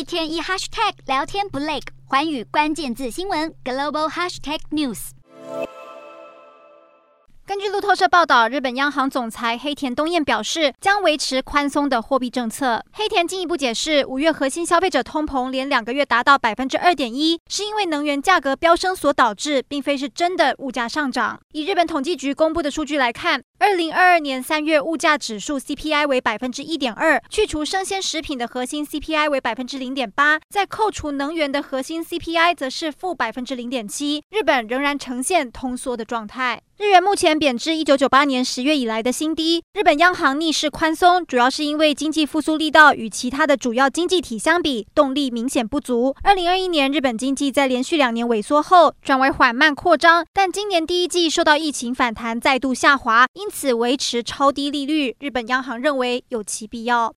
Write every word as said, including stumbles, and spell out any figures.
天一 hashtag 聊天不累，寰宇关键字新闻 global hashtag news。 根据路透社报道，日本央行总裁黑田东彦表示，将维持宽松的货币政策。黑田进一步解释，五月核心消费者通膨连两个月达到百分之二点一，是因为能源价格飙升所导致，并非是真的物价上涨。以日本统计局公布的数据来看，二零二二年三月物价指数 C P I 为百分之一点二，去除生鲜食品的核心 C P I 为百分之零点八，再扣除能源的核心 C P I 则是负百分之零点七。日本仍然呈现通缩的状态。日元目前贬至一九九八年十月以来的新低。日本央行逆势宽松，主要是因为经济复苏力道与其他的主要经济体相比，动力明显不足。二零二一年日本经济在连续两年萎缩后，转为缓慢扩张，但今年第一季受到疫情反弹再度下滑，因此维持超低利率，日本央行认为有其必要。